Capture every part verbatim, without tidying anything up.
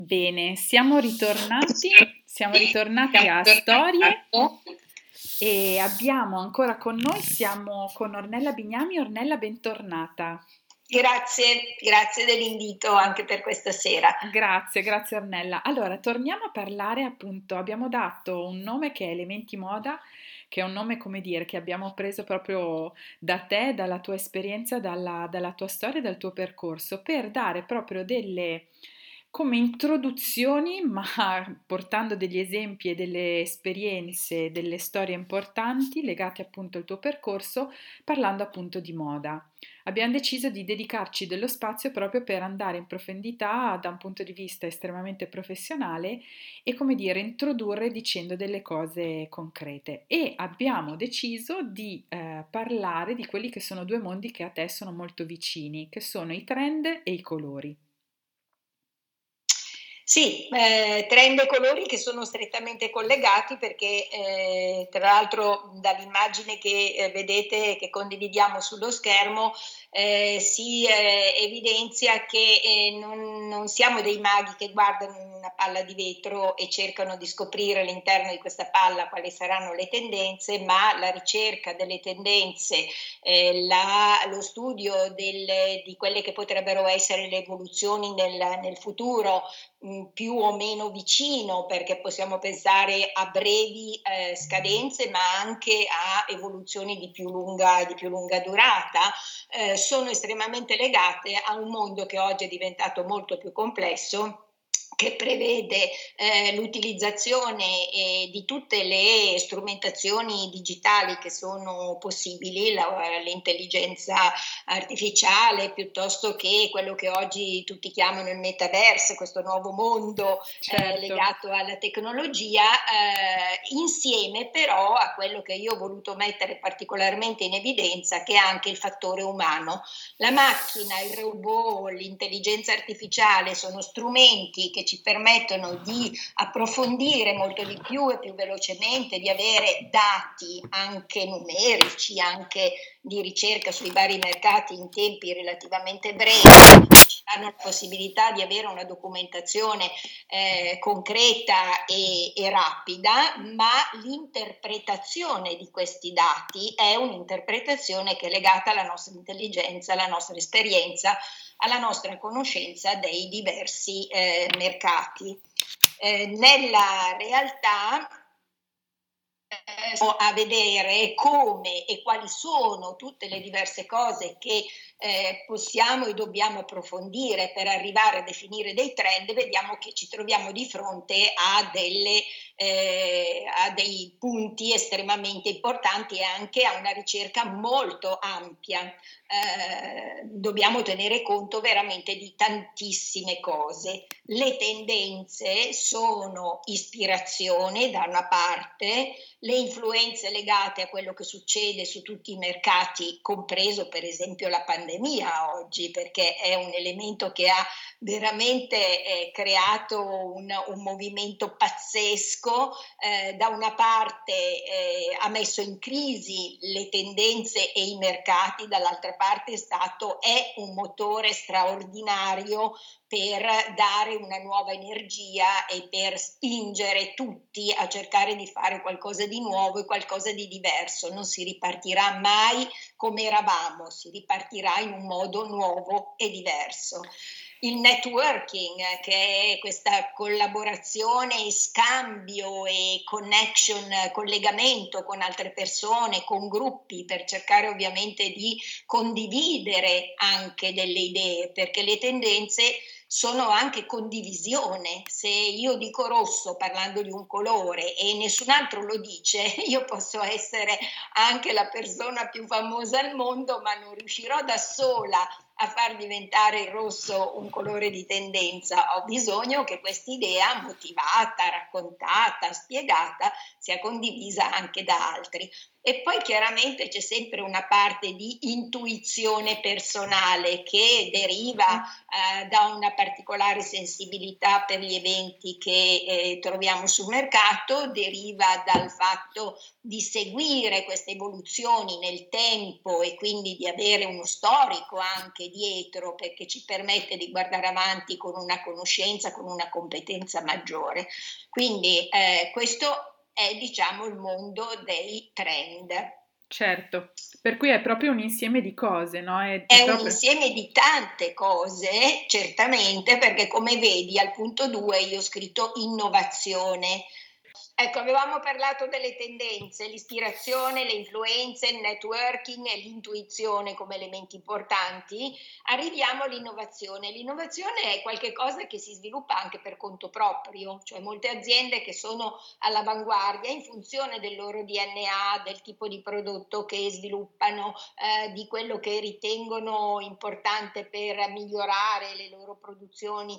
Bene, siamo ritornati, siamo ritornati a Storie e abbiamo ancora con noi, siamo con Ornella Bignami. Ornella, bentornata. Grazie, grazie dell'invito anche per questa sera. Grazie, grazie Ornella. Allora, torniamo a parlare appunto, abbiamo dato un nome che è Elementi Moda, che è un nome, come dire, che abbiamo preso proprio da te, dalla tua esperienza, dalla, dalla tua storia, dal tuo percorso, per dare proprio delle come introduzioni, ma portando degli esempi e delle esperienze, delle storie importanti legate appunto al tuo percorso, parlando appunto di moda. Abbiamo deciso di dedicarci dello spazio proprio per andare in profondità da un punto di vista estremamente professionale e, come dire, introdurre dicendo delle cose concrete. E abbiamo deciso di eh, parlare di quelli che sono due mondi che a te sono molto vicini, che sono i trend e i colori. Sì, eh, trend e colori che sono strettamente collegati perché eh, tra l'altro dall'immagine che eh, vedete che condividiamo sullo schermo eh, si eh, evidenzia che eh, non, non siamo dei maghi che guardano una palla di vetro e cercano di scoprire all'interno di questa palla quali saranno le tendenze, ma la ricerca delle tendenze, eh, la, lo studio delle, di quelle che potrebbero essere le evoluzioni nel, nel futuro, più o meno vicino, perché possiamo pensare a brevi eh, scadenze ma anche a evoluzioni di più lunga, di più lunga durata, eh, sono estremamente legate a un mondo che oggi è diventato molto più complesso, che prevede eh, l'utilizzazione eh, di tutte le strumentazioni digitali che sono possibili, la, l'intelligenza artificiale, piuttosto che quello che oggi tutti chiamano il metaverso, questo nuovo mondo Certo. eh, legato alla tecnologia, eh, insieme però a quello che io ho voluto mettere particolarmente in evidenza, che è anche il fattore umano. La macchina, il robot, l'intelligenza artificiale sono strumenti che ci permettono di approfondire molto di più e più velocemente, di avere dati anche numerici, anche di ricerca sui vari mercati in tempi relativamente brevi, ci danno la possibilità di avere una documentazione eh, concreta e, e rapida, ma l'interpretazione di questi dati è un'interpretazione che è legata alla nostra intelligenza, alla nostra esperienza, alla nostra conoscenza dei diversi eh, mercati. Eh, nella realtà eh, a vedere come e quali sono tutte le diverse cose che eh, possiamo e dobbiamo approfondire per arrivare a definire dei trend, vediamo che ci troviamo di fronte a, delle, eh, a dei punti estremamente importanti e anche a una ricerca molto ampia. Eh, dobbiamo tenere conto veramente di tantissime cose. Le tendenze sono ispirazione da una parte, le influenze legate a quello che succede su tutti i mercati, compreso per esempio la pandemia oggi, perché è un elemento che ha veramente eh, creato un, un movimento pazzesco. Eh, da una parte eh, ha messo in crisi le tendenze e i mercati, dall'altra parte è stato, è un motore straordinario per dare una nuova energia e per spingere tutti a cercare di fare qualcosa di nuovo e qualcosa di diverso. Non si ripartirà mai come eravamo, si ripartirà in un modo nuovo e diverso. Il networking, che è questa collaborazione, scambio e connection, collegamento con altre persone, con gruppi, per cercare ovviamente di condividere anche delle idee, perché le tendenze sono anche condivisione. Se io dico rosso parlando di un colore e nessun altro lo dice, io posso essere anche la persona più famosa al mondo, ma non riuscirò da sola a far diventare il rosso un colore di tendenza. Ho bisogno che quest'idea motivata, raccontata, spiegata sia condivisa anche da altri. E poi chiaramente c'è sempre una parte di intuizione personale che deriva eh, da una particolare sensibilità per gli eventi che eh, troviamo sul mercato, deriva dal fatto di seguire queste evoluzioni nel tempo e quindi di avere uno storico anche dietro, perché ci permette di guardare avanti con una conoscenza, con una competenza maggiore. Quindi eh, questo è, diciamo, il mondo dei trend. Certo, per cui è proprio un insieme di cose, no? È, è È un proprio... insieme di tante cose, certamente, perché come vedi al punto due io ho scritto innovazione. Ecco, avevamo parlato delle tendenze, l'ispirazione, le influenze, il networking e l'intuizione come elementi importanti. Arriviamo all'innovazione. L'innovazione è qualcosa che si sviluppa anche per conto proprio, cioè molte aziende che sono all'avanguardia in funzione del loro D N A, del tipo di prodotto che sviluppano, eh, di quello che ritengono importante per migliorare le loro produzioni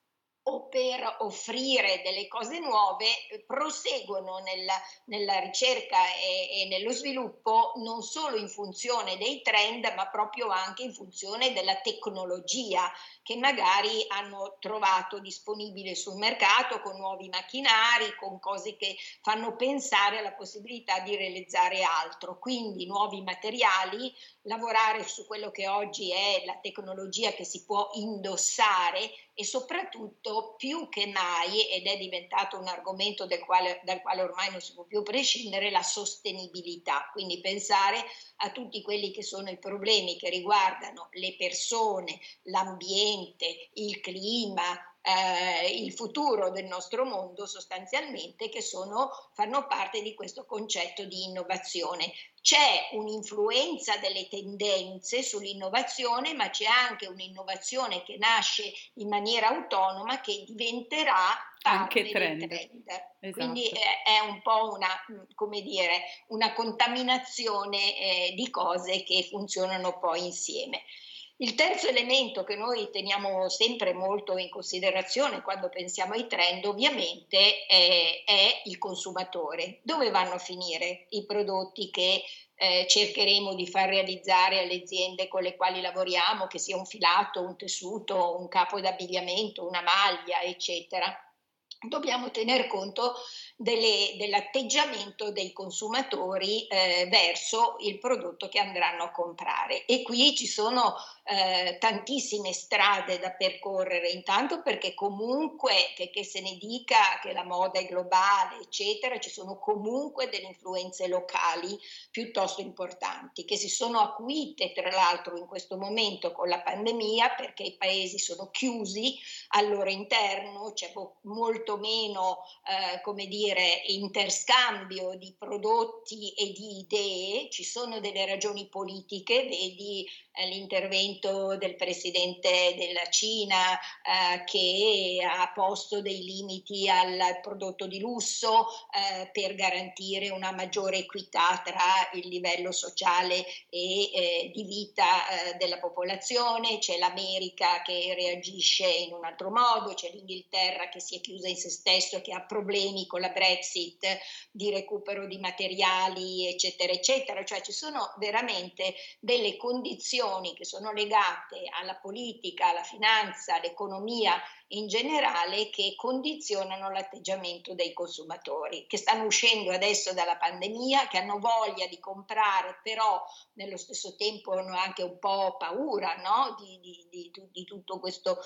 o per offrire delle cose nuove, proseguono nella, nella ricerca e, e nello sviluppo non solo in funzione dei trend, ma proprio anche in funzione della tecnologia che magari hanno trovato disponibile sul mercato con nuovi macchinari, con cose che fanno pensare alla possibilità di realizzare altro. Quindi nuovi materiali, lavorare su quello che oggi è la tecnologia che si può indossare e soprattutto più che mai, ed è diventato un argomento del quale, dal quale ormai non si può più prescindere, la sostenibilità, quindi pensare a tutti quelli che sono i problemi che riguardano le persone, l'ambiente, il clima, eh, il futuro del nostro mondo sostanzialmente, che sono, fanno parte di questo concetto di innovazione. C'è un'influenza delle tendenze sull'innovazione, ma c'è anche un'innovazione che nasce in maniera autonoma che diventerà parte Anche trend. dei trend. Esatto. Quindi è, è un po' una, come dire, una contaminazione eh, di cose che funzionano poi insieme. Il terzo elemento che noi teniamo sempre molto in considerazione quando pensiamo ai trend ovviamente è, è il consumatore. Dove vanno a finire i prodotti che eh, cercheremo di far realizzare alle aziende con le quali lavoriamo, che sia un filato, un tessuto, un capo d'abbigliamento, una maglia, eccetera? Dobbiamo tener conto delle, dell'atteggiamento dei consumatori eh, verso il prodotto che andranno a comprare, e qui ci sono eh, tantissime strade da percorrere, intanto perché comunque che, che se ne dica che la moda è globale eccetera, ci sono comunque delle influenze locali piuttosto importanti che si sono acuite tra l'altro in questo momento con la pandemia, perché i paesi sono chiusi al loro interno, c'è molto meno eh, come dire interscambio di prodotti e di idee, ci sono delle ragioni politiche, vedi eh, l'intervento del presidente della Cina eh, che ha posto dei limiti al prodotto di lusso eh, per garantire una maggiore equità tra il livello sociale e eh, di vita eh, della popolazione, c'è l'America che reagisce in un altro modo, c'è l'Inghilterra che si è chiusa in se stesso, che ha problemi con la Brexit di recupero di materiali eccetera eccetera, cioè ci sono veramente delle condizioni che sono legate alla politica, alla finanza, all'economia in generale che condizionano l'atteggiamento dei consumatori che stanno uscendo adesso dalla pandemia, che hanno voglia di comprare, però nello stesso tempo hanno anche un po' paura, no? di, di, di, di tutto questo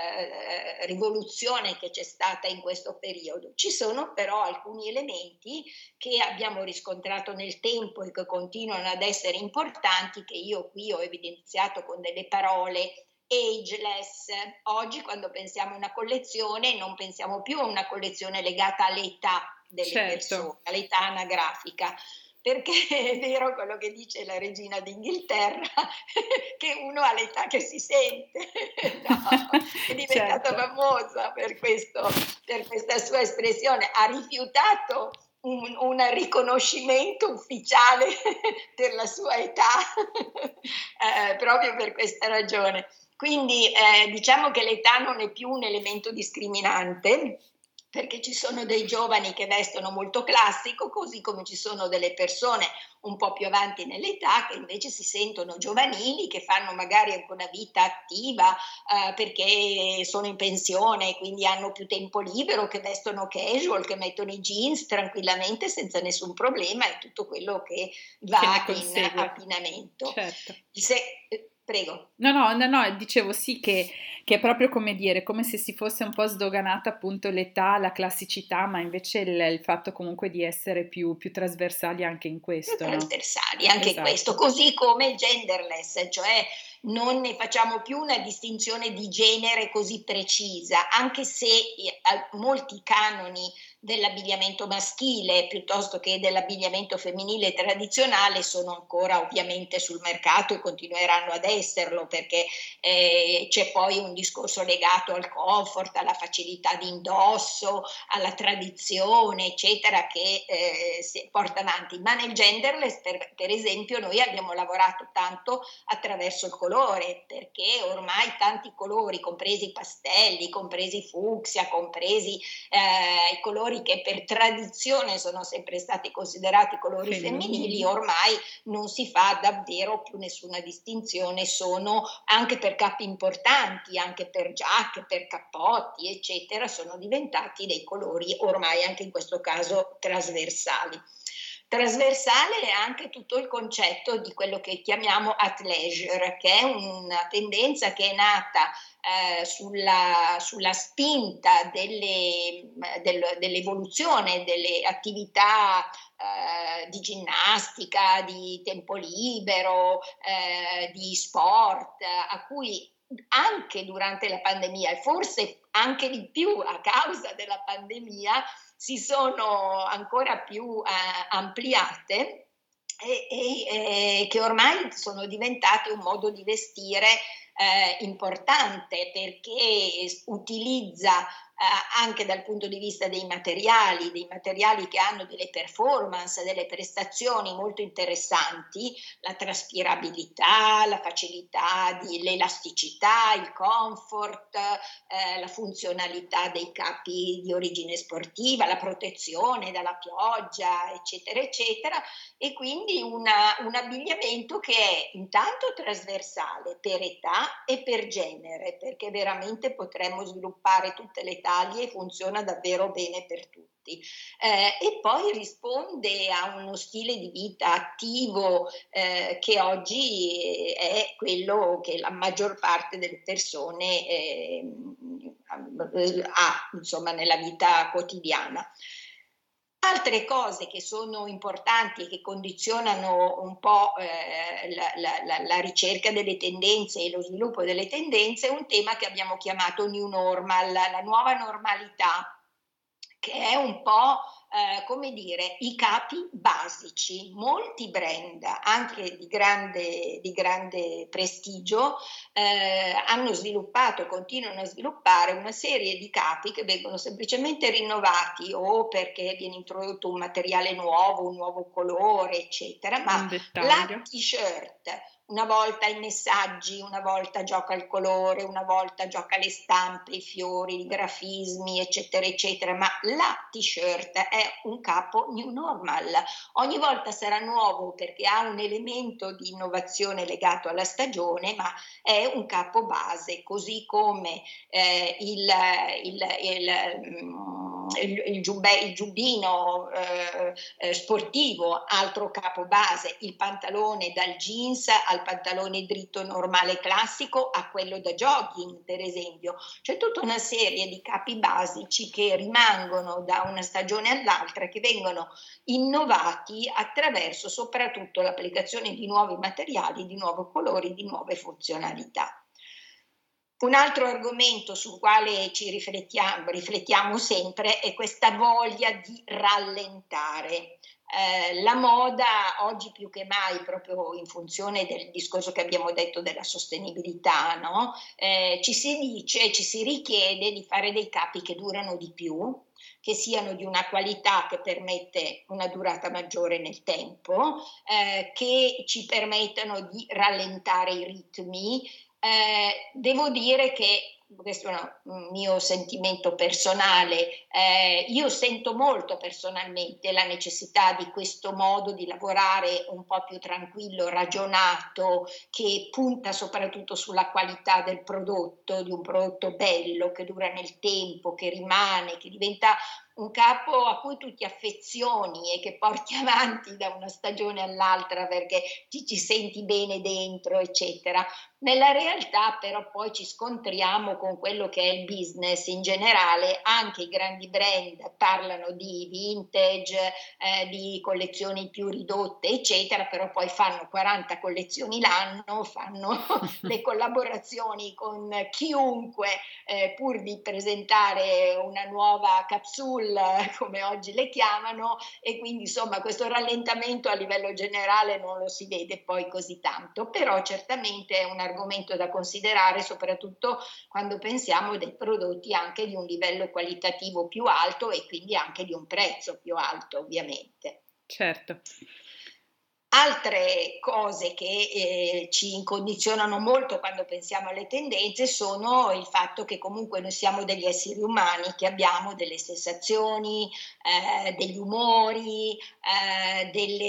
eh, rivoluzione che c'è stata in questo periodo. Ci sono però alcuni elementi che abbiamo riscontrato nel tempo e che continuano ad essere importanti, che io qui ho evidenziato con delle parole ageless. Oggi quando pensiamo a una collezione non pensiamo più a una collezione legata all'età delle certo. persone, all'età anagrafica, perché è vero quello che dice la regina d'Inghilterra che uno ha l'età che si sente, no? È diventata certo. famosa per, questo, per questa sua espressione, ha rifiutato un, un riconoscimento ufficiale per la sua età eh, proprio per questa ragione. Quindi eh, diciamo che l'età non è più un elemento discriminante, perché ci sono dei giovani che vestono molto classico, così come ci sono delle persone un po' più avanti nell'età che invece si sentono giovanili, che fanno magari anche una vita attiva eh, perché sono in pensione, quindi hanno più tempo libero, che vestono casual, che mettono i jeans tranquillamente senza nessun problema, e tutto quello che va che in abbinamento. Certo. Se, Prego. No, no, no, no, dicevo sì che, che è proprio come dire, come se si fosse un po' sdoganata appunto l'età, la classicità, ma invece il, il fatto comunque di essere più, più trasversali anche in Più questo, no? trasversali, anche questo, Esatto. così come il genderless, cioè non ne facciamo più una distinzione di genere così precisa, anche se eh, al- molti canoni dell'abbigliamento maschile piuttosto che dell'abbigliamento femminile tradizionale sono ancora ovviamente sul mercato e continueranno ad esserlo, perché eh, c'è poi un discorso legato al comfort, alla facilità di indosso, alla tradizione, eccetera, che eh, si porta avanti. Ma nel genderless, per, per esempio, noi abbiamo lavorato tanto attraverso il colore, perché ormai tanti colori, compresi i pastelli, compresi i fucsia, compresi eh, i colori che per tradizione sono sempre stati considerati colori femminili, Femminili. ormai non si fa davvero più nessuna distinzione, sono anche per capi importanti, anche per giacche, per cappotti, eccetera, sono diventati dei colori ormai anche in questo caso trasversali. Trasversale è anche tutto il concetto di quello che chiamiamo athleisure, che è una tendenza che è nata eh, sulla, sulla spinta delle, del, dell'evoluzione delle attività eh, di ginnastica, di tempo libero, eh, di sport, a cui anche durante la pandemia e forse anche di più a causa della pandemia si sono ancora più eh, ampliate e, e, e che ormai sono diventate un modo di vestire eh, importante, perché utilizza eh, anche dal punto di vista dei materiali, dei materiali che hanno delle performance, delle prestazioni molto interessanti, la traspirabilità, la facilità, di, l'elasticità, il comfort, eh, la funzionalità dei capi di origine sportiva, la protezione dalla pioggia, eccetera, eccetera, e quindi una, un abbigliamento che è intanto trasversale per età e per genere, perché veramente potremmo sviluppare tutte le taglie e funziona davvero bene per tutti. Eh, e poi risponde a uno stile di vita attivo eh, che oggi è quello che la maggior parte delle persone eh, ha, insomma, nella vita quotidiana. Altre cose che sono importanti e che condizionano un po' eh, la, la, la ricerca delle tendenze e lo sviluppo delle tendenze è un tema che abbiamo chiamato New Normal, la nuova normalità, che è un po' eh, come dire i capi basici. Molti brand, anche di grande, di grande prestigio, eh, hanno sviluppato, continuano a sviluppare una serie di capi che vengono semplicemente rinnovati o perché viene introdotto un materiale nuovo, un nuovo colore, eccetera, ma Un la dettaglio. t-shirt una volta i messaggi, una volta gioca il colore, una volta gioca le stampe, i fiori, i grafismi, eccetera, eccetera, ma la t-shirt è un capo new normal. Ogni volta sarà nuovo perché ha un elemento di innovazione legato alla stagione, ma è un capo base, così come eh, il, il, il, il, il, giubbe, il giubbino eh, eh, sportivo, altro capo base, il pantalone dal jeans al pantalone dritto normale classico a quello da jogging, per esempio. C'è tutta una serie di capi basici che rimangono da una stagione all'altra, che vengono innovati attraverso soprattutto l'applicazione di nuovi materiali, di nuovi colori, di nuove funzionalità. Un altro argomento sul quale ci riflettiamo, riflettiamo sempre è questa voglia di rallentare. Eh, la moda oggi più che mai, proprio in funzione del discorso che abbiamo detto della sostenibilità, no? eh, ci si dice, ci si richiede di fare dei capi che durano di più, che siano di una qualità che permette una durata maggiore nel tempo, eh, che ci permettano di rallentare i ritmi. Eh, devo dire che questo è un mio sentimento personale, eh, io sento molto personalmente la necessità di questo modo di lavorare un po' più tranquillo, ragionato, che punta soprattutto sulla qualità del prodotto, di un prodotto bello, che dura nel tempo, che rimane, che diventa un capo a cui tu ti affezioni e che porti avanti da una stagione all'altra perché ti ci senti bene dentro, eccetera. Nella realtà però poi ci scontriamo con quello che è il business in generale, anche i grandi brand parlano di vintage, eh, di collezioni più ridotte, eccetera, però poi fanno quaranta collezioni l'anno, fanno le collaborazioni con chiunque, eh, pur di presentare una nuova capsule, come oggi le chiamano, e quindi insomma questo rallentamento a livello generale non lo si vede poi così tanto, però certamente è un argomento da considerare, soprattutto quando pensiamo dei prodotti anche di un livello qualitativo più alto e quindi anche di un prezzo più alto, ovviamente. Certo. Altre cose che eh, ci condizionano molto quando pensiamo alle tendenze sono il fatto che comunque noi siamo degli esseri umani, che abbiamo delle sensazioni, eh, degli umori, eh,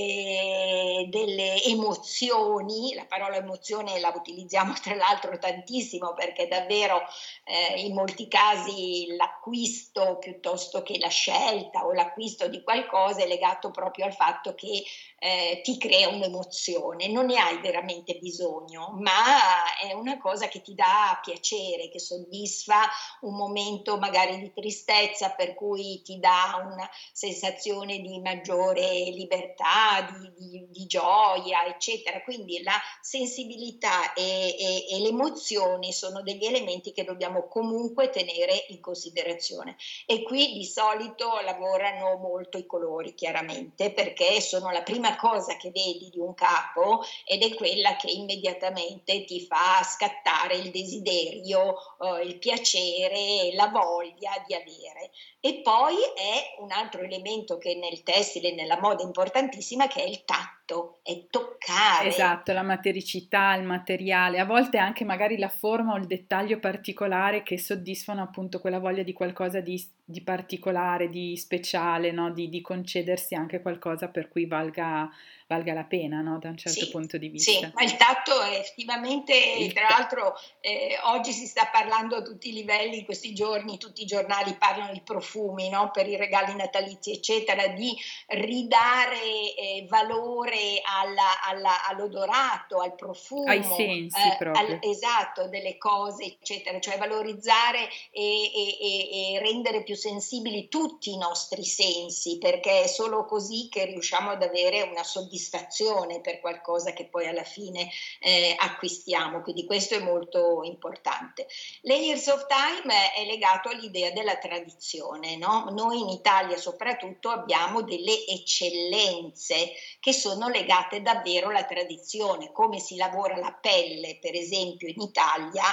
delle, delle emozioni. La parola emozione la utilizziamo tra l'altro tantissimo perché davvero eh, in molti casi l'acquisto piuttosto che la scelta o l'acquisto di qualcosa è legato proprio al fatto che eh, ti crea un'emozione, non ne hai veramente bisogno, ma è una cosa che ti dà piacere, che soddisfa un momento magari di tristezza, per cui ti dà una sensazione di maggiore libertà, di, di, di gioia, eccetera. Quindi la sensibilità e, e, e l'emozione sono degli elementi che dobbiamo comunque tenere in considerazione. E qui di solito lavorano molto i colori, chiaramente, perché sono la prima cosa che vedi di un capo ed è quella che immediatamente ti fa scattare il desiderio, eh, il piacere, la voglia di avere. E poi è un altro elemento che nel tessile e nella moda è importantissima, che è il tatto, è toccare. Esatto, la matericità, il materiale, a volte anche magari la forma o il dettaglio particolare che soddisfano appunto quella voglia di qualcosa di, di particolare, di speciale, no? Di, di concedersi anche qualcosa per cui valga, valga la pena, no? Da un certo Sì, punto di sì, vista. ma il tatto è effettivamente, Il tra ta- l'altro eh, oggi si sta parlando a tutti i livelli, in questi giorni tutti i giornali parlano di profumi, no? Per i regali natalizi, eccetera, di ridare eh, valore alla, alla, all'odorato, al Ai profumo, sensi eh, al, proprio. esatto, delle cose, eccetera, cioè valorizzare e, e, e, e rendere più sensibili tutti i nostri sensi, perché è solo così che riusciamo ad avere una soddisfazione per qualcosa che poi alla fine eh, acquistiamo, quindi questo è molto importante. Layers of Time è legato all'idea della tradizione, no? Noi in Italia soprattutto abbiamo delle eccellenze che sono legate davvero alla tradizione, come si lavora la pelle per esempio in Italia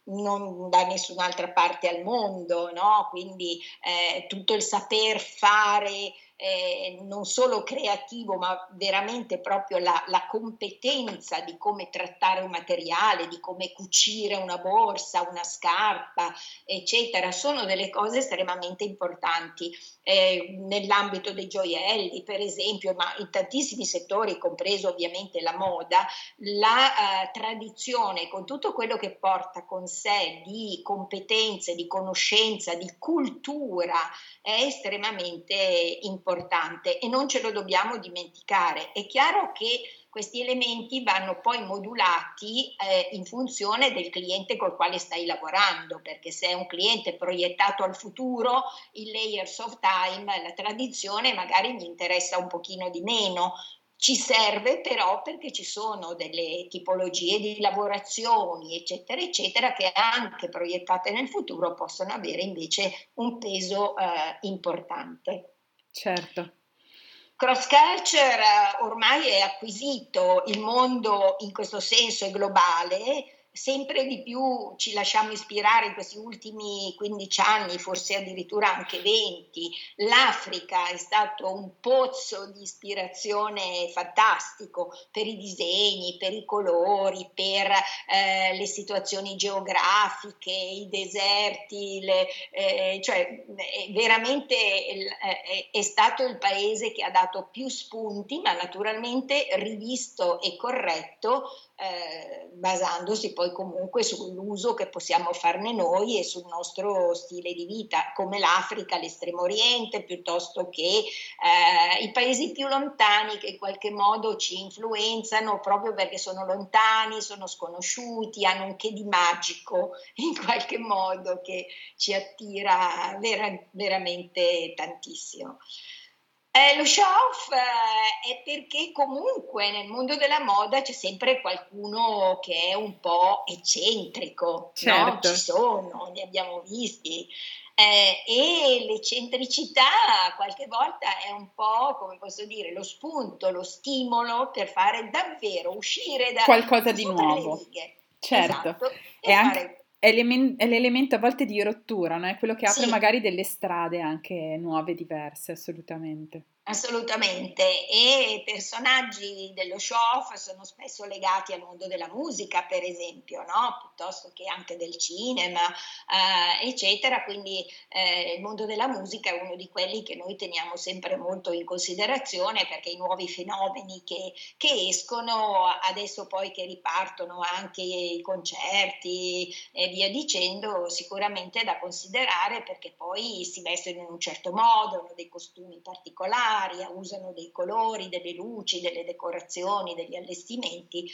non da nessun'altra parte al mondo, no? Quindi eh, tutto il saper fare eh, non solo creativo, ma veramente proprio la, la competenza di come trattare un materiale, di come cucire una borsa, una scarpa, eccetera, sono delle cose estremamente importanti. Eh, nell'ambito dei gioielli, per esempio, ma in tantissimi settori, compreso ovviamente la moda, la eh, tradizione con tutto quello che porta con sé di competenze, di conoscenza, di cultura è estremamente importante e non ce lo dobbiamo dimenticare. È chiaro che questi elementi vanno poi modulati eh, in funzione del cliente col quale stai lavorando, perché se è un cliente proiettato al futuro, il layers of time, la tradizione magari mi interessa un pochino di meno. Ci serve però perché ci sono delle tipologie di lavorazioni, eccetera, eccetera, che anche proiettate nel futuro possono avere invece un peso eh, importante. Certo. Cross culture eh, ormai è acquisito, il mondo in questo senso è globale, sempre di più ci lasciamo ispirare in questi ultimi quindici anni, forse addirittura anche venti. L'Africa è stato un pozzo di ispirazione fantastico per i disegni, per i colori, per eh, le situazioni geografiche, i deserti, le, eh, cioè veramente è, è stato il paese che ha dato più spunti, ma naturalmente rivisto e corretto eh, basandosi poi comunque sull'uso che possiamo farne noi e sul nostro stile di vita, come l'Africa, l'Estremo Oriente, piuttosto che eh, i paesi più lontani che in qualche modo ci influenzano proprio perché sono lontani, sono sconosciuti, hanno un che di magico in qualche modo che ci attira vera- veramente tantissimo. Eh, lo show off eh, è perché comunque nel mondo della moda c'è sempre qualcuno che è un po' eccentrico, no? Certo. Ci sono, ne abbiamo visti. Eh, e l'eccentricità qualche volta è un po', come posso dire, lo spunto, lo stimolo per fare davvero uscire da Qualcosa di sopra le nuovo. righe. Certo. Esatto, È e anche fare è l'emen è l'elemento a volte di rottura, no, è quello che apre sì. magari delle strade anche nuove, diverse, assolutamente. Assolutamente, e personaggi dello show-off sono spesso legati al mondo della musica, per esempio, no? Piuttosto che anche del cinema, eh, eccetera. Quindi eh, il mondo della musica è uno di quelli che noi teniamo sempre molto in considerazione perché i nuovi fenomeni che, che escono, adesso poi che ripartono anche i concerti e via dicendo, sicuramente è da considerare perché poi si vestono in un certo modo, hanno dei costumi particolari, usano dei colori, delle luci, delle decorazioni, degli allestimenti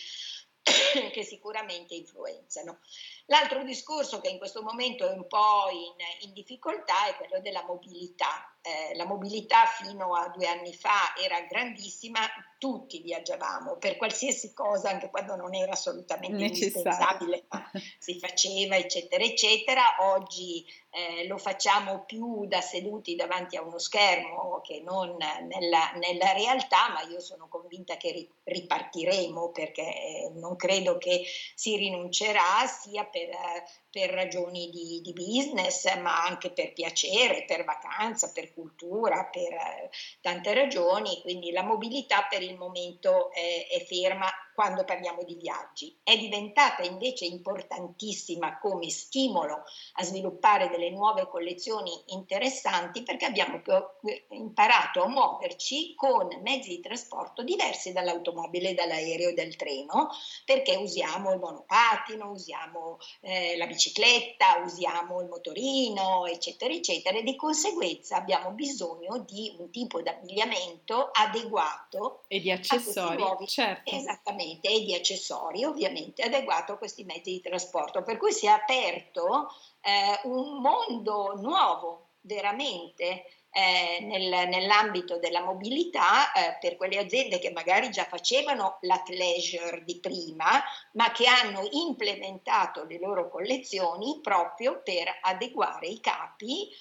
che sicuramente influenzano. L'altro discorso che in questo momento è un po' in, in difficoltà è quello della mobilità. Eh, la mobilità fino a due anni fa era grandissima, tutti viaggiavamo per qualsiasi cosa, anche quando non era assolutamente Necessario. indispensabile, ma si faceva, eccetera, eccetera. Oggi eh, lo facciamo più da seduti davanti a uno schermo che non nella, nella realtà, ma io sono convinta che ripartiremo perché non credo che si rinuncerà sia per, per ragioni di, di business, ma anche per piacere, per vacanza, per cultura, per eh, tante ragioni. Quindi la mobilità per il momento è, è ferma quando parliamo di viaggi. È diventata invece importantissima come stimolo a sviluppare delle nuove collezioni interessanti perché abbiamo imparato a muoverci con mezzi di trasporto diversi dall'automobile, dall'aereo e dal treno, perché usiamo il monopattino, usiamo eh, la bicicletta, usiamo il motorino, eccetera, eccetera, e di conseguenza abbiamo bisogno di un tipo di abbigliamento adeguato E di a questi accessori, nuovi, certo. esattamente, e di accessori ovviamente adeguato a questi mezzi di trasporto, per cui si è aperto eh, un mondo nuovo veramente eh, nel, nell'ambito della mobilità eh, per quelle aziende che magari già facevano l'athleisure di prima, ma che hanno implementato le loro collezioni proprio per adeguare i capi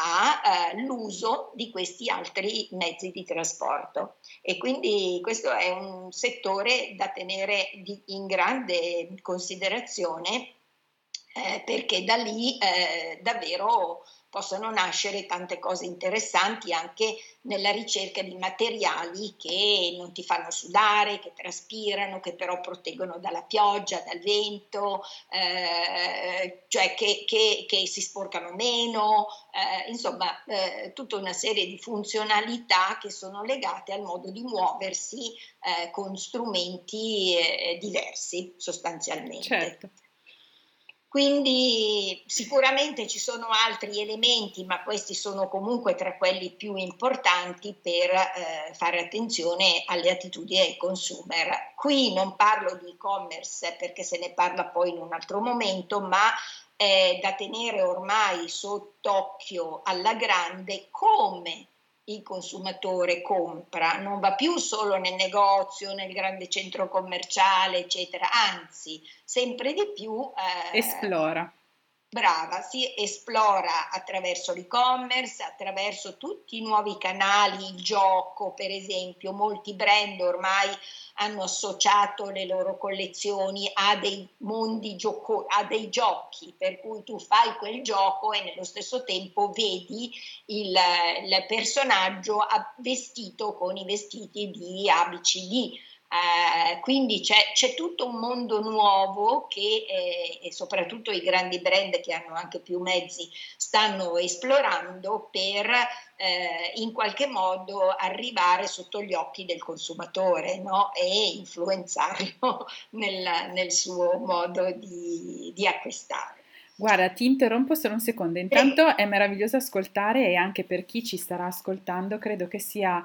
all'uso eh, di questi altri mezzi di trasporto. E quindi questo è un settore da tenere di, in grande considerazione eh, perché da lì eh, davvero possono nascere tante cose interessanti anche nella ricerca di materiali che non ti fanno sudare, che traspirano, che però proteggono dalla pioggia, dal vento, eh, cioè che, che, che si sporcano meno, eh, insomma eh, tutta una serie di funzionalità che sono legate al modo di muoversi eh, con strumenti eh, diversi sostanzialmente. Certo. Quindi sicuramente ci sono altri elementi, ma questi sono comunque tra quelli più importanti per eh, fare attenzione alle attitudini dei consumer. Qui non parlo di e-commerce perché se ne parla poi in un altro momento, ma è da tenere ormai sott'occhio alla grande come il consumatore compra, non va più solo nel negozio, nel grande centro commerciale, eccetera, anzi, sempre di più eh, Esplora. brava, si esplora attraverso l'e-commerce, attraverso tutti i nuovi canali, il gioco per esempio, molti brand ormai hanno associato le loro collezioni a dei mondi gioco, a dei giochi, per cui tu fai quel gioco e nello stesso tempo vedi il, il personaggio vestito con i vestiti di A B C D. Eh, quindi c'è, c'è tutto un mondo nuovo che eh, e soprattutto i grandi brand che hanno anche più mezzi stanno esplorando per eh, in qualche modo arrivare sotto gli occhi del consumatore, no? E influenzarlo nel, nel suo modo di, di acquistare. Guarda, ti interrompo solo un secondo. E, Intanto è meraviglioso ascoltare e anche per chi ci starà ascoltando, credo che sia,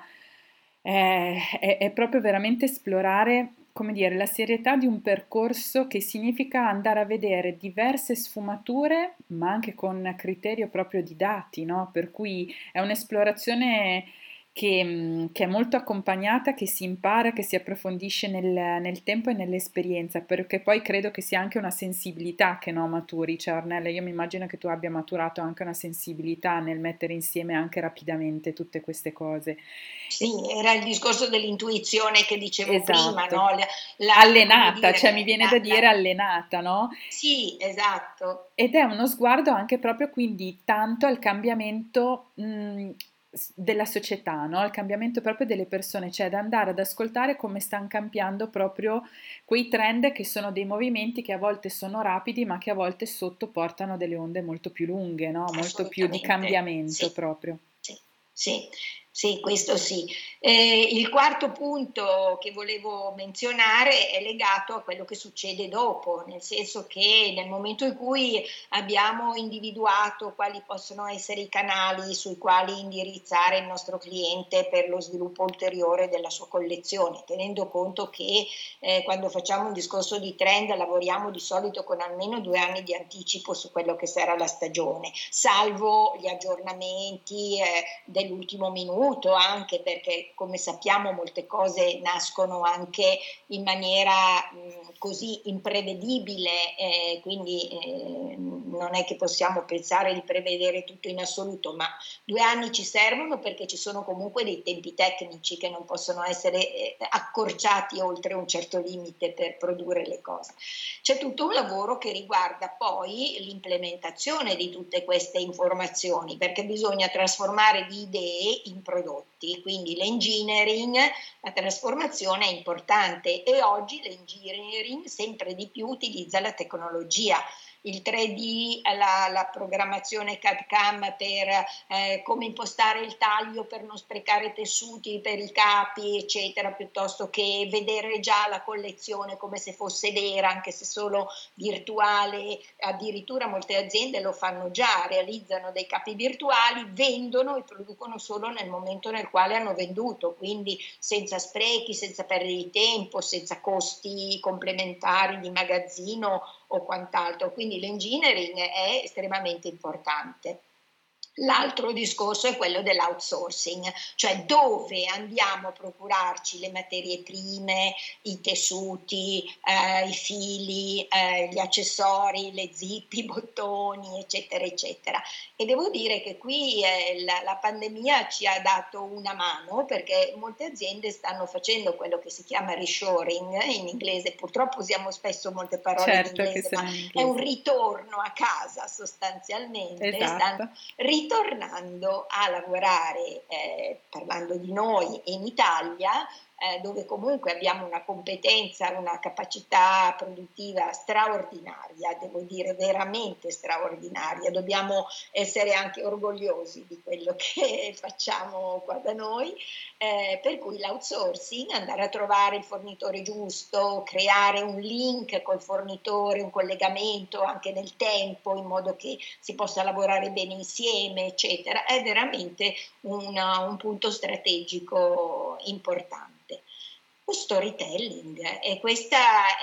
eh, è, è proprio veramente esplorare, come dire, la serietà di un percorso che significa andare a vedere diverse sfumature, ma anche con criterio proprio di dati, no? Per cui è un'esplorazione che, mh, che è molto accompagnata, che si impara, che si approfondisce nel, nel tempo e nell'esperienza, perché poi credo che sia anche una sensibilità che no, maturi, cioè Ornella, io mi immagino che tu abbia maturato anche una sensibilità nel mettere insieme anche rapidamente tutte queste cose. sì, era il discorso dell'intuizione che dicevo prima, Esatto, no? La, la- come allenata, cioè mi dire, viene la, da la- dire allenata, no? sì, esatto. Ed è uno sguardo anche proprio quindi tanto al cambiamento mh, s- della società, no? Al cambiamento proprio delle persone, cioè ad andare ad ascoltare come stanno cambiando proprio quei trend che sono dei movimenti che a volte sono rapidi, ma che a volte sotto portano delle onde molto più lunghe, no? Molto più di Assolutamente, cambiamento sì, proprio. sì, sì, sì, questo sì. Eh, il quarto punto che volevo menzionare è legato a quello che succede dopo, nel senso che nel momento in cui abbiamo individuato quali possono essere i canali sui quali indirizzare il nostro cliente per lo sviluppo ulteriore della sua collezione, tenendo conto che eh, quando facciamo un discorso di trend lavoriamo di solito con almeno due anni di anticipo su quello che sarà la stagione, salvo gli aggiornamenti eh, dell'ultimo minuto, anche perché come sappiamo molte cose nascono anche in maniera mh, così imprevedibile, eh, quindi eh, non è che possiamo pensare di prevedere tutto in assoluto, ma due anni ci servono perché ci sono comunque dei tempi tecnici che non possono essere eh, accorciati oltre un certo limite per produrre le cose. C'è tutto un lavoro che riguarda poi l'implementazione di tutte queste informazioni, perché bisogna trasformare le idee in prodotti, quindi l'engineering, la trasformazione è importante e oggi l'engineering sempre di più utilizza la tecnologia. Il tre D, la, la programmazione C A D C A M per eh, come impostare il taglio per non sprecare tessuti per i capi, eccetera, piuttosto che vedere già la collezione come se fosse vera, anche se solo virtuale. Addirittura molte aziende lo fanno già, realizzano dei capi virtuali, vendono e producono solo nel momento nel quale hanno venduto, quindi senza sprechi, senza perdere di tempo, senza costi complementari di magazzino o quant'altro. Quindi l'engineering è estremamente importante. L'altro discorso è quello dell'outsourcing, cioè dove andiamo a procurarci le materie prime, i tessuti, eh, i fili, eh, gli accessori, le zip, i bottoni, eccetera, eccetera. E devo dire che qui eh, la, la pandemia ci ha dato una mano perché molte aziende stanno facendo quello che si chiama reshoring in inglese, purtroppo usiamo spesso molte parole in Certo che inglese, ma sono in è un inglese. ritorno a casa sostanzialmente, stanno Esatto. ritornando a lavorare, eh, parlando di noi, in Italia, eh, dove comunque abbiamo una competenza, una capacità produttiva straordinaria, devo dire veramente straordinaria. Dobbiamo essere anche orgogliosi di quello che facciamo qua da noi, eh, per cui l'outsourcing, andare a trovare il fornitore giusto, creare un link col fornitore, un collegamento anche nel tempo in modo che si possa lavorare bene insieme, eccetera, è veramente una, un punto strategico importante. Lo storytelling, e questa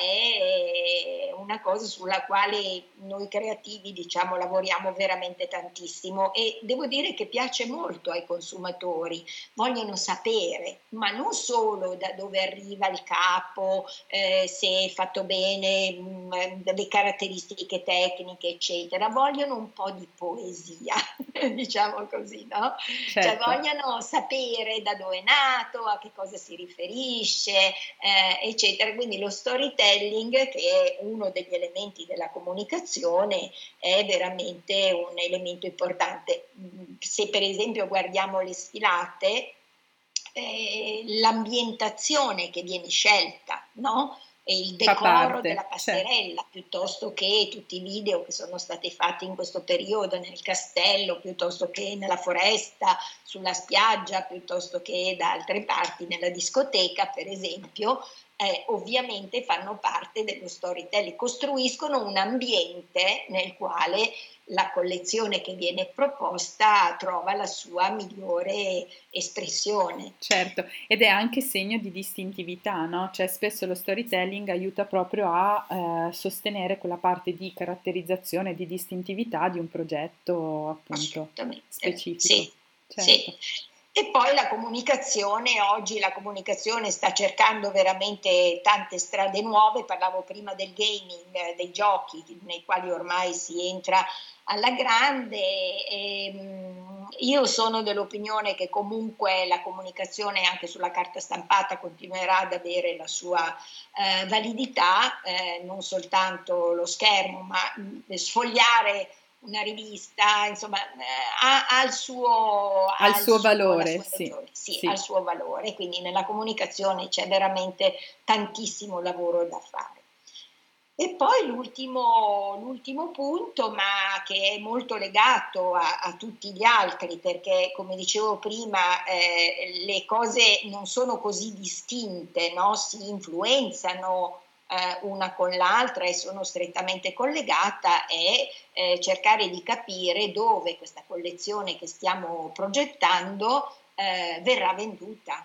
è una cosa sulla quale noi creativi, diciamo, lavoriamo veramente tantissimo e devo dire che piace molto ai consumatori, vogliono sapere, ma non solo da dove arriva il capo, eh, se è fatto bene, mh, le caratteristiche tecniche, eccetera, vogliono un po' di poesia, diciamo così, no? Cioè Certo. vogliono sapere da dove è nato, a che cosa si riferisce, eh, eccetera. Quindi lo storytelling, che è uno degli elementi della comunicazione, è veramente un elemento importante. Se per esempio guardiamo le sfilate, eh, l'ambientazione che viene scelta, no? E il Fa decoro parte, della certo. passerella, piuttosto che tutti i video che sono stati fatti in questo periodo nel castello, piuttosto che nella foresta, sulla spiaggia, piuttosto che da altre parti, nella discoteca, per esempio, eh, ovviamente fanno parte dello storytelling, costruiscono un ambiente nel quale la collezione che viene proposta trova la sua migliore espressione. Certo, ed è anche segno di distintività, no? Cioè spesso lo storytelling aiuta proprio a eh, sostenere quella parte di caratterizzazione, di distintività di un progetto appunto Assolutamente, specifico. sì, sì. Certo, E poi la comunicazione, oggi la comunicazione sta cercando veramente tante strade nuove, parlavo prima del gaming, eh, dei giochi nei quali ormai si entra alla grande. E, mm, io sono dell'opinione che comunque la comunicazione anche sulla carta stampata continuerà ad avere la sua eh, validità, eh, non soltanto lo schermo, ma mh, sfogliare una rivista, insomma, eh, ha, ha il suo, ha il ha il suo suo, la valore, sua sì, ragione, sì, ha il sì. suo valore, quindi nella comunicazione c'è veramente tantissimo lavoro da fare. E poi l'ultimo, l'ultimo punto, ma che è molto legato a, a tutti gli altri, perché come dicevo prima, eh, le cose non sono così distinte, no? Si influenzano eh, una con l'altra e sono strettamente collegate, è eh, cercare di capire dove questa collezione che stiamo progettando eh, verrà venduta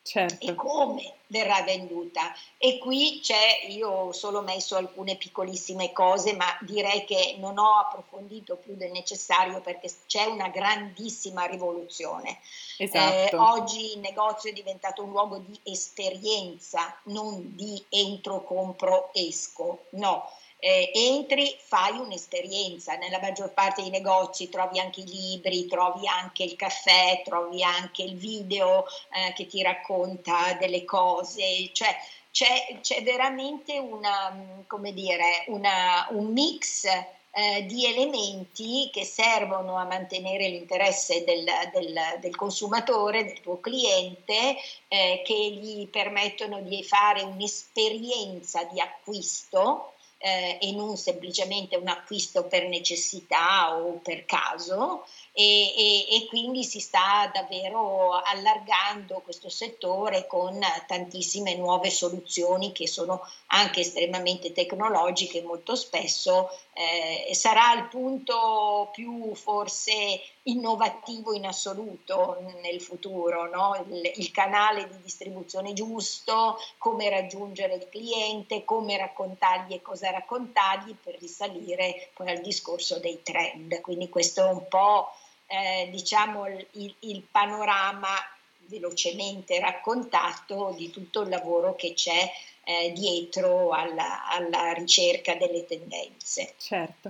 e Certo, come verrà venduta. E qui c'è, io ho solo messo alcune piccolissime cose, ma direi che non ho approfondito più del necessario perché c'è una grandissima rivoluzione. Eh, esatto, oggi il negozio è diventato un luogo di esperienza, non di entro, compro, esco, no. Eh, entri, fai un'esperienza, nella maggior parte dei negozi trovi anche i libri, trovi anche il caffè, trovi anche il video eh, che ti racconta delle cose, cioè c'è, c'è veramente una, come dire, una, un mix eh, di elementi che servono a mantenere l'interesse del, del, del consumatore, del tuo cliente, eh, che gli permettono di fare un'esperienza di acquisto eh, e non semplicemente un acquisto per necessità o per caso. E, e, e quindi si sta davvero allargando questo settore con tantissime nuove soluzioni che sono anche estremamente tecnologiche molto spesso. Eh, sarà il punto più forse innovativo in assoluto nel futuro, no? il, il canale di distribuzione giusto, come raggiungere il cliente, come raccontargli e cosa raccontargli per risalire poi al discorso dei trend. Quindi questo è un po' eh, diciamo il, il panorama velocemente raccontato di tutto il lavoro che c'è eh, dietro alla, alla ricerca delle tendenze. certo.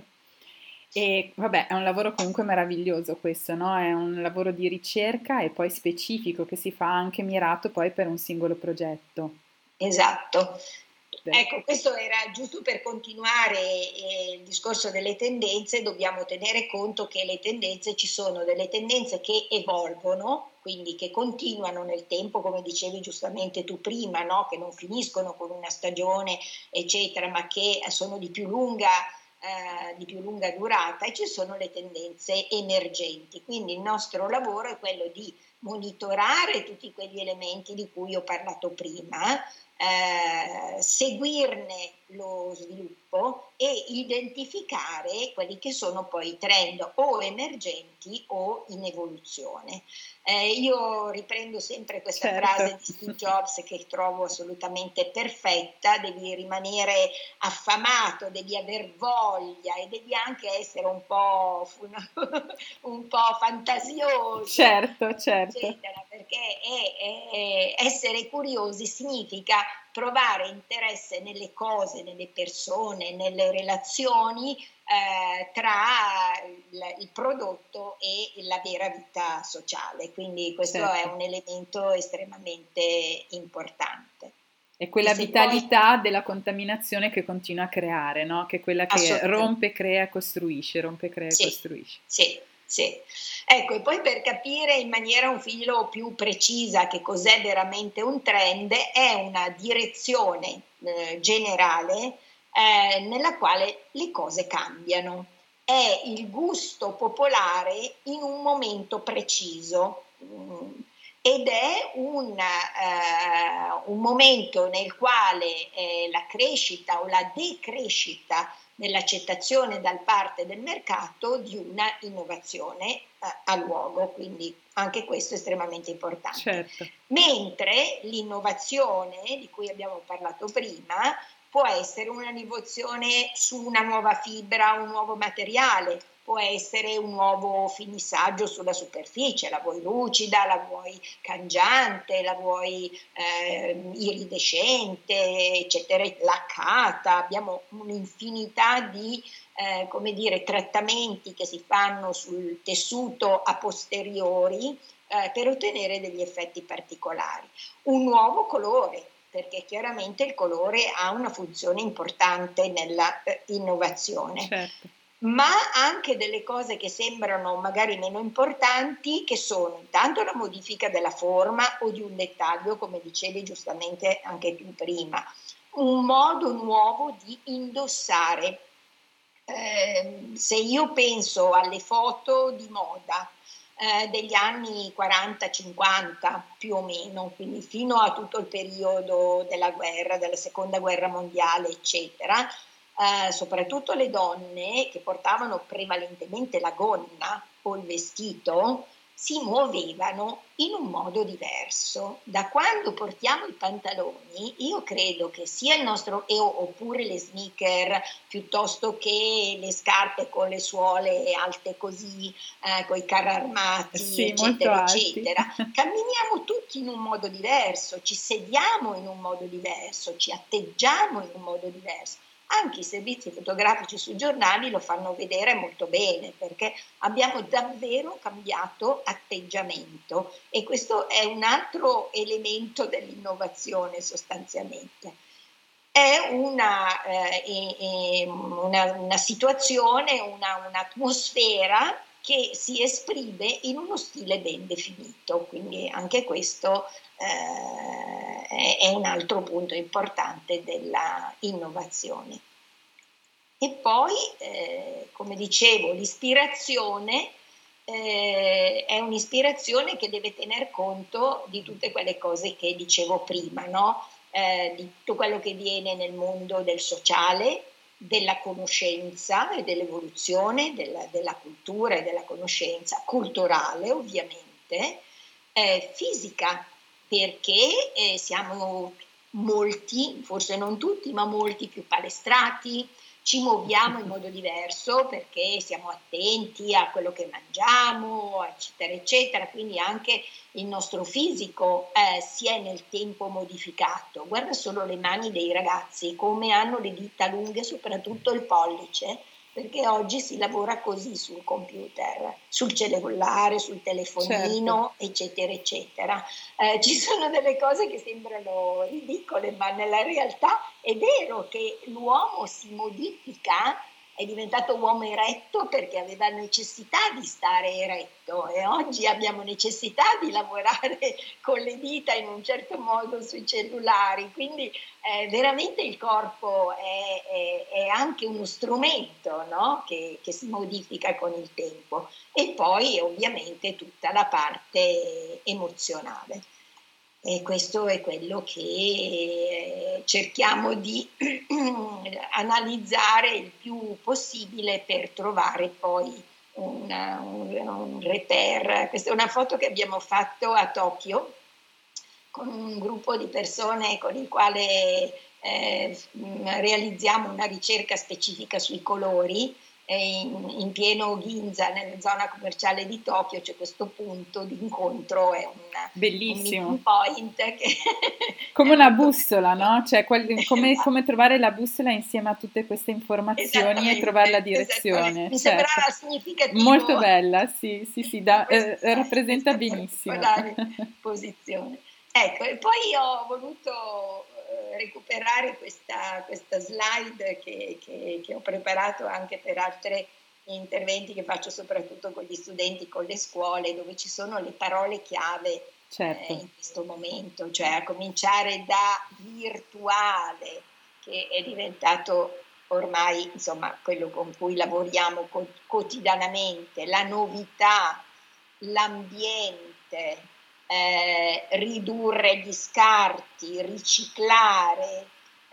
E vabbè, è un lavoro comunque meraviglioso questo, no? È un lavoro di ricerca e poi specifico che si fa anche mirato poi per un singolo progetto. Esatto. Beh, Ecco, questo era giusto per continuare eh, il discorso delle tendenze, dobbiamo tenere conto che le tendenze, ci sono delle tendenze che evolvono, quindi che continuano nel tempo, come dicevi giustamente tu prima, no? Che non finiscono con una stagione, eccetera, ma che sono di più lunga, eh, di più lunga durata, e ci sono le tendenze emergenti. Quindi il nostro lavoro è quello di monitorare tutti quegli elementi di cui ho parlato prima, eh, seguirne lo sviluppo e identificare quelli che sono poi i trend o emergenti o in evoluzione. Eh, io riprendo sempre questa certo, frase di Steve Jobs che trovo assolutamente perfetta: devi rimanere affamato, devi aver voglia e devi anche essere un po', un po' fantasioso, certo, certo, eccetera, perché è, è, essere curiosi significa provare interesse nelle cose, nelle persone, nelle relazioni eh, tra il, il prodotto e la vera vita sociale. Quindi questo è certo. un elemento estremamente importante. È E quella se poi vitalità della contaminazione che continua a creare, no? Che è quella che assolutamente rompe, crea e costruisce, rompe, crea e sì, costruisce. sì. Sì. Ecco, e poi per capire in maniera un filo più precisa che cos'è veramente un trend, è una direzione eh, generale eh, nella quale le cose cambiano. È il gusto popolare in un momento preciso. Mm, ed è un, eh, un momento nel quale eh, la crescita o la decrescita nell'accettazione da parte del mercato di una innovazione eh, a luogo, quindi anche questo è estremamente importante. Certo. Mentre l'innovazione di cui abbiamo parlato prima può essere un'innovazione su una nuova fibra, un nuovo materiale, può essere un nuovo finissaggio sulla superficie, la vuoi lucida, la vuoi cangiante, la vuoi eh, iridescente, eccetera, laccata. Abbiamo un'infinità di eh, come dire, trattamenti che si fanno sul tessuto a posteriori eh, per ottenere degli effetti particolari. Un nuovo colore, perché chiaramente il colore ha una funzione importante nella eh, innovazione. Certo. Ma anche delle cose che sembrano magari meno importanti, che sono intanto la modifica della forma o di un dettaglio, come dicevi giustamente anche tu prima, un modo nuovo di indossare. Eh, se io penso alle foto di moda eh, degli anni quaranta cinquanta più o meno, quindi fino a tutto il periodo della guerra, della seconda guerra mondiale, eccetera, eh, soprattutto le donne che portavano prevalentemente la gonna o il vestito, si muovevano in un modo diverso. Da quando portiamo i pantaloni, io credo che sia il nostro, oppure le sneaker, piuttosto che le scarpe con le suole alte così, eh, con i carri armati, sì, eccetera, eccetera, camminiamo tutti in un modo diverso, ci sediamo in un modo diverso, ci atteggiamo in un modo diverso. Anche i servizi fotografici sui giornali lo fanno vedere molto bene, perché abbiamo davvero cambiato atteggiamento, e questo è un altro elemento dell'innovazione sostanzialmente. È una, eh, una, una situazione, una, un'atmosfera che si esprime in uno stile ben definito, quindi anche questo eh, è un altro punto importante della innovazione. E poi, eh, come dicevo, l'ispirazione eh, è un'ispirazione che deve tener conto di tutte quelle cose che dicevo prima, no? Eh, di tutto quello che viene nel mondo del sociale, della conoscenza e dell'evoluzione, della, della cultura e della conoscenza, culturale ovviamente, eh, fisica, perché eh, siamo molti, forse non tutti, ma molti più palestrati, ci muoviamo in modo diverso perché siamo attenti a quello che mangiamo, eccetera, eccetera, quindi anche il nostro fisico eh, si è nel tempo modificato. Guarda solo le mani dei ragazzi, come hanno le dita lunghe, soprattutto il pollice, perché oggi si lavora così sul computer, sul cellulare, sul telefonino, certo, eccetera, eccetera. Eh, ci sono delle cose che sembrano ridicole, ma nella realtà è vero che l'uomo si modifica, è diventato uomo eretto perché aveva necessità di stare eretto, e oggi abbiamo necessità di lavorare con le dita in un certo modo sui cellulari, quindi eh, veramente il corpo è, è, è anche uno strumento, no? che, che si modifica con il tempo, e poi ovviamente tutta la parte emozionale. E questo è quello che cerchiamo di analizzare il più possibile per trovare poi una, un, un repère. Questa è una foto che abbiamo fatto a Tokyo con un gruppo di persone con il quale eh, realizziamo una ricerca specifica sui colori. In, in pieno Ginza, nella zona commerciale di Tokyo, c'è questo punto di incontro, è una, bellissimo, un meeting point che come una bussola, no? Cioè, quel, come, come trovare la bussola insieme a tutte queste informazioni e trovare la direzione. Mi certo. sembrava significativo. Molto bella, sì, sì, sì, da, eh, rappresenta benissimo. Posizione. Ecco, e poi ho voluto recuperare questa, questa slide che, che, che ho preparato anche per altre miei interventi che faccio soprattutto con gli studenti, con le scuole, dove ci sono le parole chiave eh, Certo. in questo momento, cioè a cominciare da virtuale, che è diventato ormai insomma quello con cui lavoriamo co- quotidianamente, la novità, l'ambiente, eh, ridurre gli scarti, riciclare,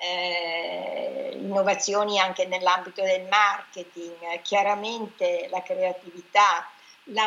eh, innovazioni anche nell'ambito del marketing, chiaramente la creatività, la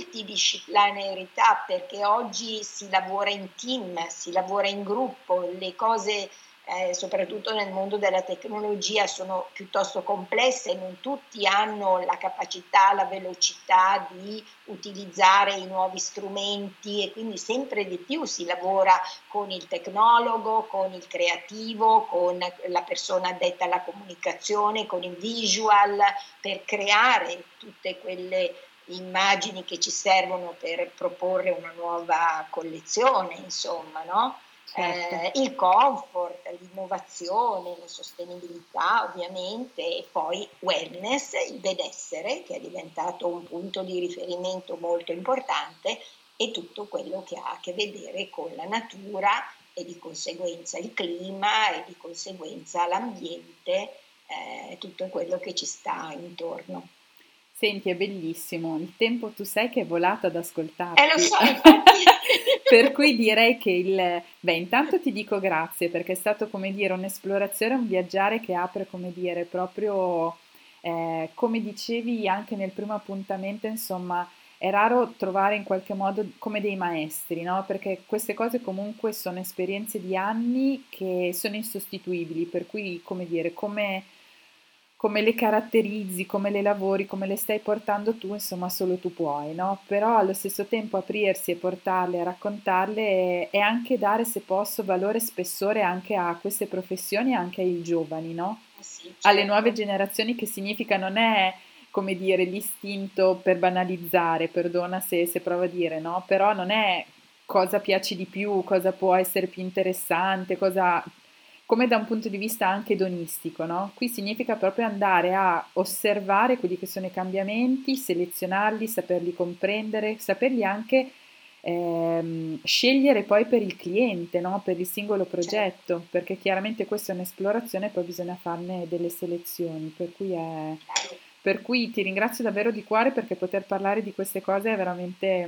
multidisciplinarità, perché oggi si lavora in team, si lavora in gruppo, le cose eh, soprattutto nel mondo della tecnologia sono piuttosto complesse, non tutti hanno la capacità, la velocità di utilizzare i nuovi strumenti e quindi sempre di più si lavora con il tecnologo, con il creativo, con la persona addetta alla comunicazione, con il visual, per creare tutte quelle immagini che ci servono per proporre una nuova collezione, insomma, no? Certo. Eh, il comfort, l'innovazione, la sostenibilità ovviamente e poi wellness, il benessere che è diventato un punto di riferimento molto importante e tutto quello che ha a che vedere con la natura e di conseguenza il clima e di conseguenza l'ambiente, eh, tutto quello che ci sta intorno. Senti, è bellissimo. Il tempo tu sai che è volato ad Eh lo ascoltarti. so, infatti. Per cui direi che il... Beh, intanto ti dico grazie perché è stato, come dire, un'esplorazione, un viaggiare che apre, come dire, proprio, eh, come dicevi anche nel primo appuntamento, insomma, è raro trovare in qualche modo come dei maestri, no? Perché queste cose comunque sono esperienze di anni che sono insostituibili, per cui, come dire, come come le caratterizzi, come le lavori, come le stai portando tu, insomma, solo tu puoi, no? Però allo stesso tempo aprirsi e portarle, raccontarle e, e anche dare, se posso, valore e spessore anche a queste professioni e anche ai giovani, no? Ah, sì, Alle nuove certo. generazioni che significa non è, come dire, l'istinto per banalizzare, perdona se, se provo a dire, no? Però non è cosa piace di più, cosa può essere più interessante, cosa come da un punto di vista anche edonistico, no? Qui significa proprio andare a osservare quelli che sono i cambiamenti, selezionarli, saperli comprendere, saperli anche ehm, scegliere poi per il cliente, no? Per il singolo Certo, progetto, perché chiaramente questa è un'esplorazione e poi bisogna farne delle selezioni, per cui è... chiaro. Per cui ti ringrazio davvero di cuore perché poter parlare di queste cose è veramente,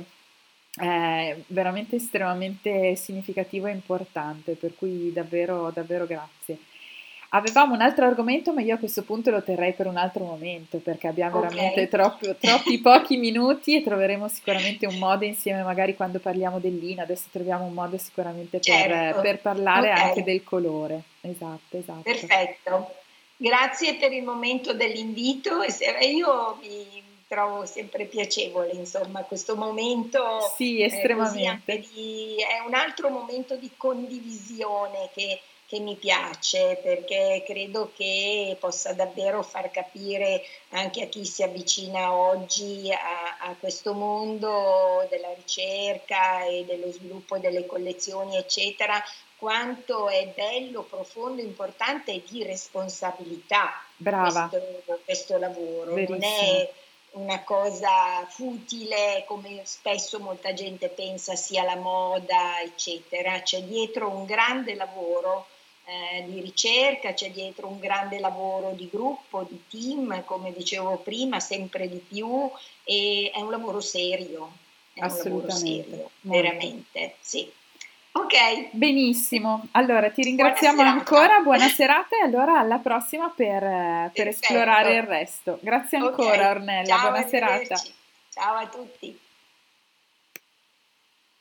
è veramente estremamente significativo e importante, per cui davvero, davvero grazie. Avevamo un altro argomento, ma io a questo punto lo terrei per un altro momento perché abbiamo Ok. veramente troppo- troppi pochi minuti e troveremo sicuramente un modo insieme, magari quando parliamo del lino, adesso troviamo un modo sicuramente per, Certo, per parlare ok, anche del colore. Esatto, esatto. perfetto. Grazie per il momento dell'invito e se- e io mi trovo sempre piacevole, insomma, questo momento Sì, eh, così anche estremamente. di, è un altro momento di condivisione che, che mi piace perché credo che possa davvero far capire anche a chi si avvicina oggi a, a questo mondo della ricerca e dello sviluppo delle collezioni, eccetera, quanto è bello, profondo, importante e di responsabilità Brava, questo, questo lavoro. Non verissimo. è una cosa futile come spesso molta gente pensa sia la moda, eccetera. C'è dietro un grande lavoro eh, di ricerca, c'è dietro un grande lavoro di gruppo, di team, come dicevo prima, sempre di più, e è un lavoro serio, è un lavoro Assolutamente, serio, molto. veramente, sì. Ok, Benissimo, allora ti buona ringraziamo serata. ancora, buona serata e allora alla prossima per, eh, per esplorare il Perfetto. resto. Grazie Ok, ancora Ornella, ciao, buona serata. arrivederci. Ciao a tutti.